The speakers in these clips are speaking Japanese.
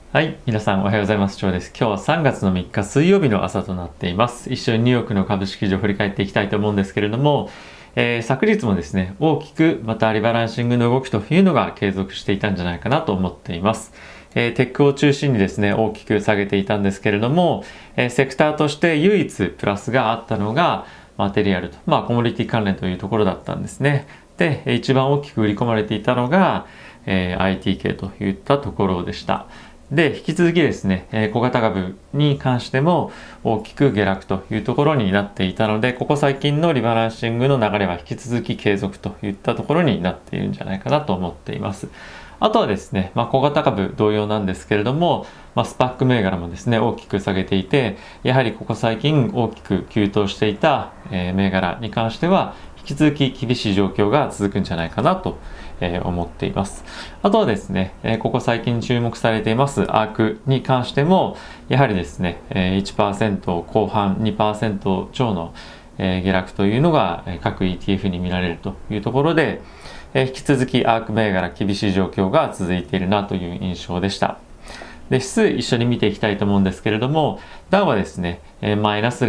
はい、皆さんおはようございます。長です。今日は3月の3日水曜日の朝となっています。一緒にニューヨークの株式市場を振り返っていきたいと思うんですけれども、昨日もですね、大きくまたリバランシングの動きというのが継続していたんじゃないかなと思っています。テックを中心にですね、大きく下げていたんですけれども、セクターとして唯一プラスがあったのがマテリアルと、コモディティ関連というところだったんですね。で、一番大きく売り込まれていたのが、IT 系といったところでした。で、引き続きですね、小型株に関しても大きく下落というところになっていたので、ここ最近のリバランシングの流れは引き続き継続といったところになっているんじゃないかなと思っています。あとはですね、小型株同様なんですけれども、スパック銘柄もですね、大きく下げていて、やはりここ最近大きく急騰していた、銘柄に関しては、引き続き厳しい状況が続くんじゃないかなと思っています。あとはですね、ここ最近注目されていますアークに関しても、やはりですね、1% 後半 2% 超の下落というのが各 ETF に見られるというところで、引き続きアーク銘柄厳しい状況が続いているなという印象でした。で、指数一緒に見ていきたいと思うんですけれども、ダウはですね、マイナス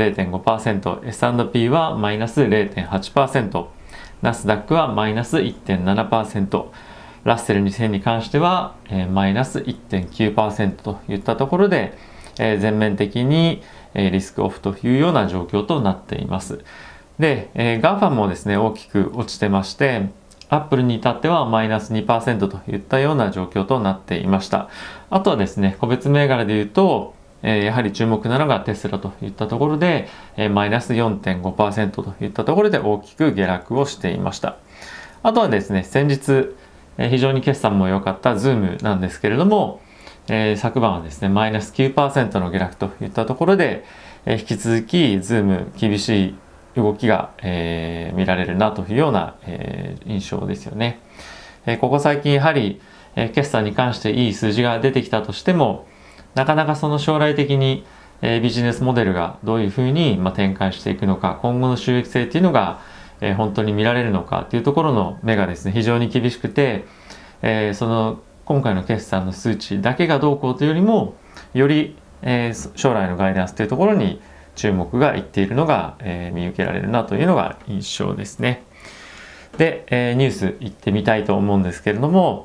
0.5%、S&P はマイナス 0.8%、ナスダックはマイナス 1.7%、ラッセル2000に関しては、マイナス 1.9% といったところで、全面的に、リスクオフというような状況となっています。で、GAFA もですね、大きく落ちてまして、アップルに至ってはマイナス 2% といったような状況となっていました。あとはですね、個別銘柄で言うと、やはり注目なのがテスラといったところで、マイナス 4.5% といったところで大きく下落をしていました。あとはですね、先日、非常に決算も良かったズームなんですけれども、昨晩はですね、マイナス 9% の下落といったところで、引き続きズーム厳しい動きが、見られるなというような、印象ですよね。ここ最近やはり、決算に関していい数字が出てきたとしても、なかなかその将来的に、ビジネスモデルがどういうふうに、展開していくのか、今後の収益性っていうのが、本当に見られるのかっていうところの目がですね、非常に厳しくて、その今回の決算の数値だけがどうこうというよりも、より、将来のガイダンスというところに注目がいっているのが、見受けられるなというのが印象ですね。で、ニュース行ってみたいと思うんですけれども、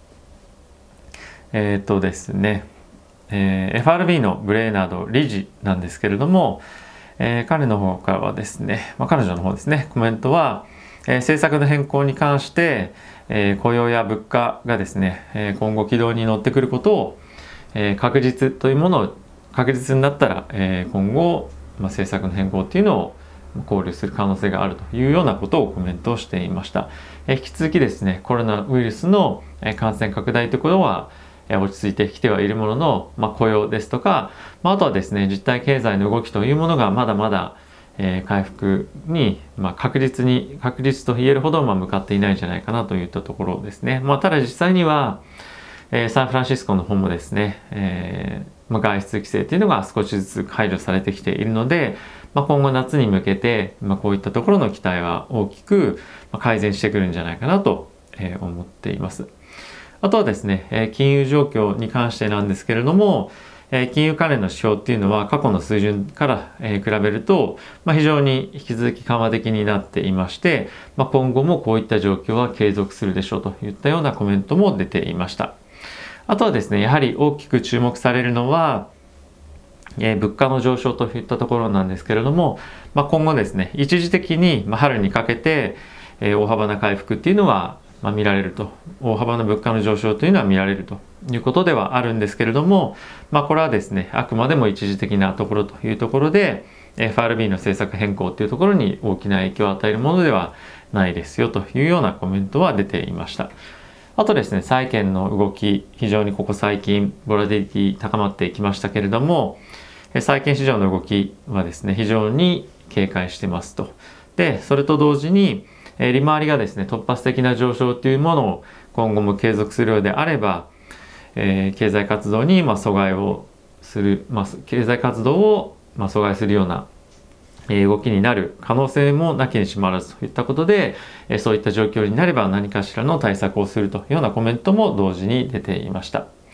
ですね、FRB のブレーナード理事なんですけれども、彼の方からはですね、彼女の方ですね、コメントは、政策の変更に関して、雇用や物価がですね、今後軌道に乗ってくることを、確実というものを確実になったら、今後、政策の変更っていうのを考慮する可能性があるというようなことをコメントをしていました。引き続きですね、コロナウイルスの感染拡大ということは落ち着いてきてはいるものの、雇用ですとか、あとはですね、実体経済の動きというものがまだまだ回復に、確実と言えるほど向かっていないんじゃないかなといったところですね。ただ実際には、サンフランシスコの方もですね、外出規制というのが少しずつ解除されてきているので、今後夏に向けて、こういったところの期待は大きく改善してくるんじゃないかなと思っています。あとはですね、金融状況に関してなんですけれども、金融関連の指標っていうのは過去の水準から比べると、非常に引き続き緩和的になっていまして、今後もこういった状況は継続するでしょうといったようなコメントも出ていました。あとはですね、やはり大きく注目されるのは、物価の上昇といったところなんですけれども、今後ですね、一時的に春にかけて大幅な回復っていうのは見られると、大幅な物価の上昇というのは見られるということではあるんですけれども、これはですね、あくまでも一時的なところというところで、FRB の政策変更というところに大きな影響を与えるものではないですよというようなコメントは出ていました。あとですね、債券の動き、非常にここ最近、ボラティリティ高まってきましたけれども、債券市場の動きはですね、非常に警戒してますと。で、それと同時に、利回りがですね、突発的な上昇というものを今後も継続するようであれば、経済活動に阻害をする、経済活動を阻害するような動きになる可能性もなきにしもあらずといったことで、そういった状況になれば何かしらの対策をするというようなコメントも同時に出ていました。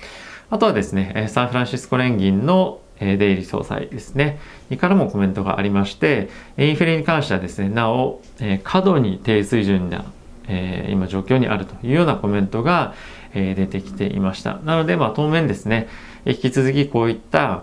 あとはですね、サンフランシスコ連銀のデイリー総裁ですね、からもコメントがありまして、インフレに関してはですね、なお、過度に低水準な、今状況にあるというようなコメントが、出てきていました。なので、当面ですね、引き続きこういった、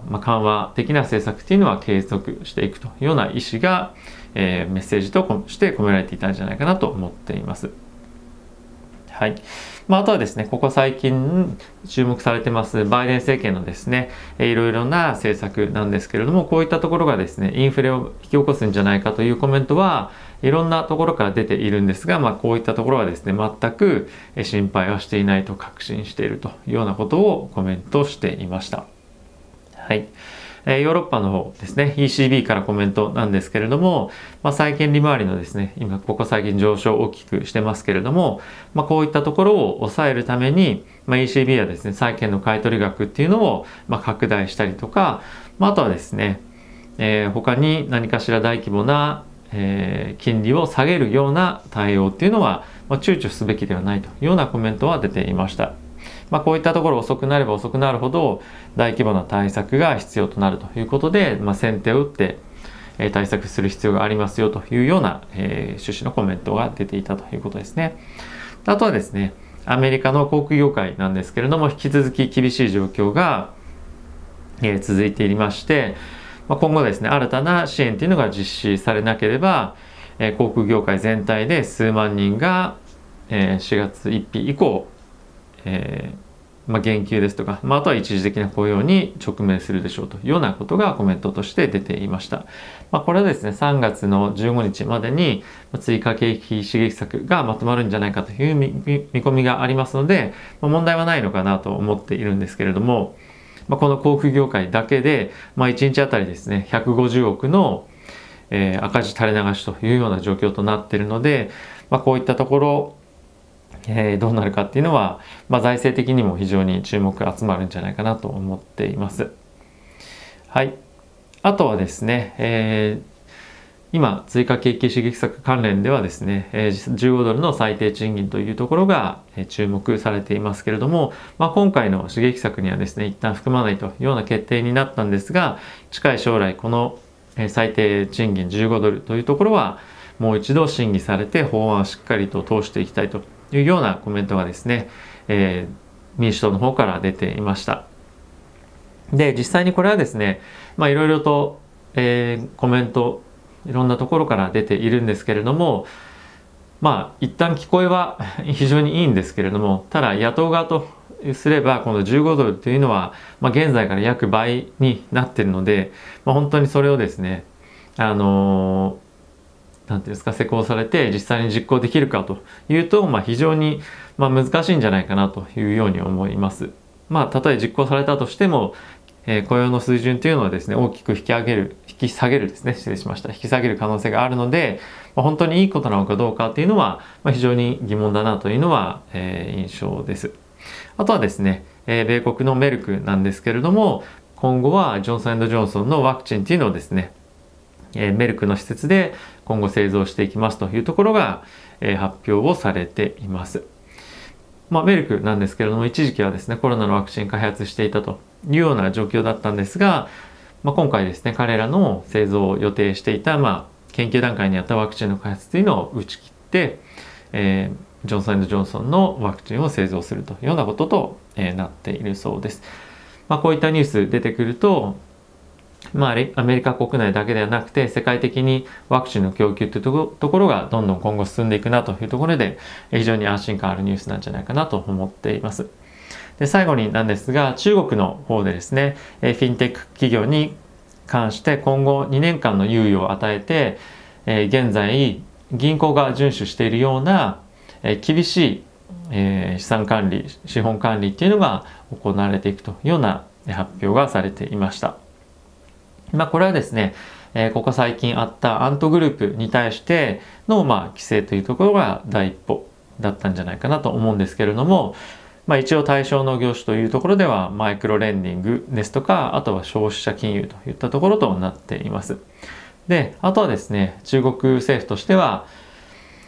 緩和的な政策っていうのは継続していくというような意思が、メッセージとして込められていたんじゃないかなと思っています。はい。あとはですね、ここ最近注目されてますバイデン政権のですね、いろいろな政策なんですけれども、こういったところがですね、インフレを引き起こすんじゃないかというコメントはいろんなところから出ているんですが、こういったところはですね、全く心配はしていないと確信しているというようなことをコメントしていました。はい。ヨーロッパの方ですね、ECB からコメントなんですけれども、債券利回りのですね、今ここ最近上昇を大きくしてますけれども、こういったところを抑えるために、ECB はですね、債券の買取額っていうのを拡大したりとか、あとはですね、他に何かしら大規模な金利を下げるような対応っていうのは、躊躇すべきではないというようなコメントは出ていました。こういったところ遅くなれば遅くなるほど大規模な対策が必要となるということで、先手を打って対策する必要がありますよというような趣旨のコメントが出ていたということですね。あとはですね、アメリカの航空業界なんですけれども、引き続き厳しい状況が続いていまして、今後ですね、新たな支援というのが実施されなければ、航空業界全体で数万人が4月1日以降減給ですとか、あとは一時的な雇用に直面するでしょうというようなことがコメントとして出ていました。これはですね、3月の15日までに追加景気刺激策がまとまるんじゃないかという見込みがありますので、問題はないのかなと思っているんですけれども、この航空業界だけで、1日あたりですね、150億の赤字垂れ流しというような状況となっているので、こういったところどうなるかっていうのは、財政的にも非常に注目が集まるんじゃないかなと思っています。はい。あとはですね、今、追加景気刺激策関連ではですね、15ドルの最低賃金というところが注目されていますけれども、今回の刺激策にはですね、一旦含まないというような決定になったんですが、近い将来、この最低賃金15ドルというところは、もう一度審議されて法案をしっかりと通していきたいというようなコメントがですね、民主党の方から出ていました。で、実際にこれはですね、いろいろと、コメント、いろんなところから出ているんですけれども、一旦聞こえは非常にいいんですけれども、ただ野党側とすればこの15ドルというのは、現在から約倍になっているので、本当にそれをですね、なんていうんですか、施行されて実際に実行できるかというと、非常に難しいんじゃないかなというように思います。たとえ実行されたとしても、雇用の水準というのはですね、大きく引き下げるですね、失礼しました。引き下げる可能性があるので、本当にいいことなのかどうかっていうのは、非常に疑問だなというのは、印象です。あとはですね、米国のメルクなんですけれども、今後はジョンソン&ジョンソンのワクチンっていうのをですね、メルクの施設で今後製造していきますというところが、発表をされています。メルクなんですけれども、一時期はですね、コロナのワクチン開発していたというような状況だったんですが、今回ですね、彼らの製造を予定していた、研究段階にあったワクチンの開発というのを打ち切って、ジョンソン&ジョンソンのワクチンを製造するというようなことと、なっているそうです。こういったニュース出てくると、アメリカ国内だけではなくて世界的にワクチンの供給というところがどんどん今後進んでいくなというところで非常に安心感あるニュースなんじゃないかなと思っています。で、最後になんですが、中国の方でですね、フィンテック企業に関して今後2年間の猶予を与えて、現在銀行が遵守しているような厳しい資産管理、資本管理っていうのが行われていくというような発表がされていました。これはですね、ここ最近あったアントグループに対しての規制というところが第一歩だったんじゃないかなと思うんですけれども、一応対象の業種というところではマイクロレンディングですとか、あとは消費者金融といったところとなっています。で、あとはですね、中国政府としては、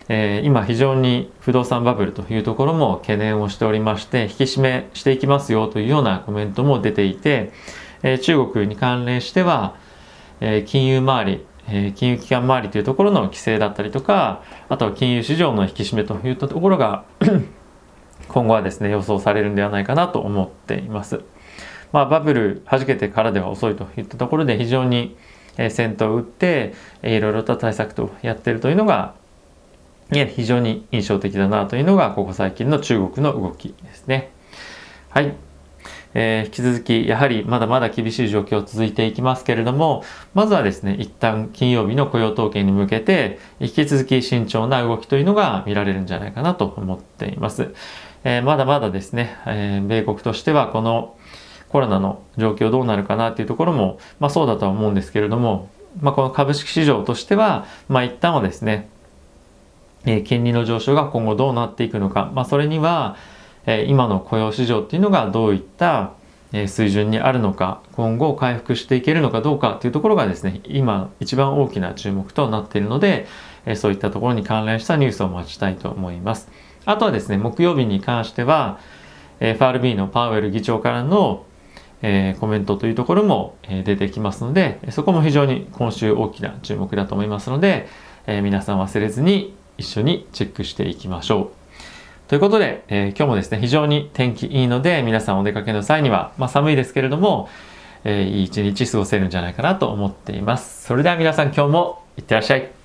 今非常に不動産バブルというところも懸念をしておりまして、引き締めしていきますよというようなコメントも出ていて、中国に関連しては、金融周り、金融機関周りというところの規制だったりとか、あとは金融市場の引き締めといったところが今後はですね予想されるんではないかなと思っています。バブル弾けてからでは遅いといったところで非常に先頭を打っていろいろと対策とやっているというのが非常に印象的だなというのがここ最近の中国の動きですね。はい。引き続きやはりまだまだ厳しい状況続いていきますけれども、まずはですね一旦金曜日の雇用統計に向けて引き続き慎重な動きというのが見られるんじゃないかなと思っています。まだまだですね、米国としてはこのコロナの状況どうなるかなというところも、そうだとは思うんですけれども、この株式市場としては、一旦はですね金利の上昇が今後どうなっていくのか、それには今の雇用市場っていうのがどういった水準にあるのか、今後回復していけるのかどうかというところがですね今一番大きな注目となっているので、そういったところに関連したニュースを待ちたいと思います。あとはですね木曜日に関しては FRB のパウエル議長からのコメントというところも出てきますので、そこも非常に今週大きな注目だと思いますので、皆さん忘れずに一緒にチェックしていきましょう。ということで、今日もですね非常に天気いいので、皆さんお出かけの際には、寒いですけれども、いい一日過ごせるんじゃないかなと思っています。それでは皆さん今日もいってらっしゃい。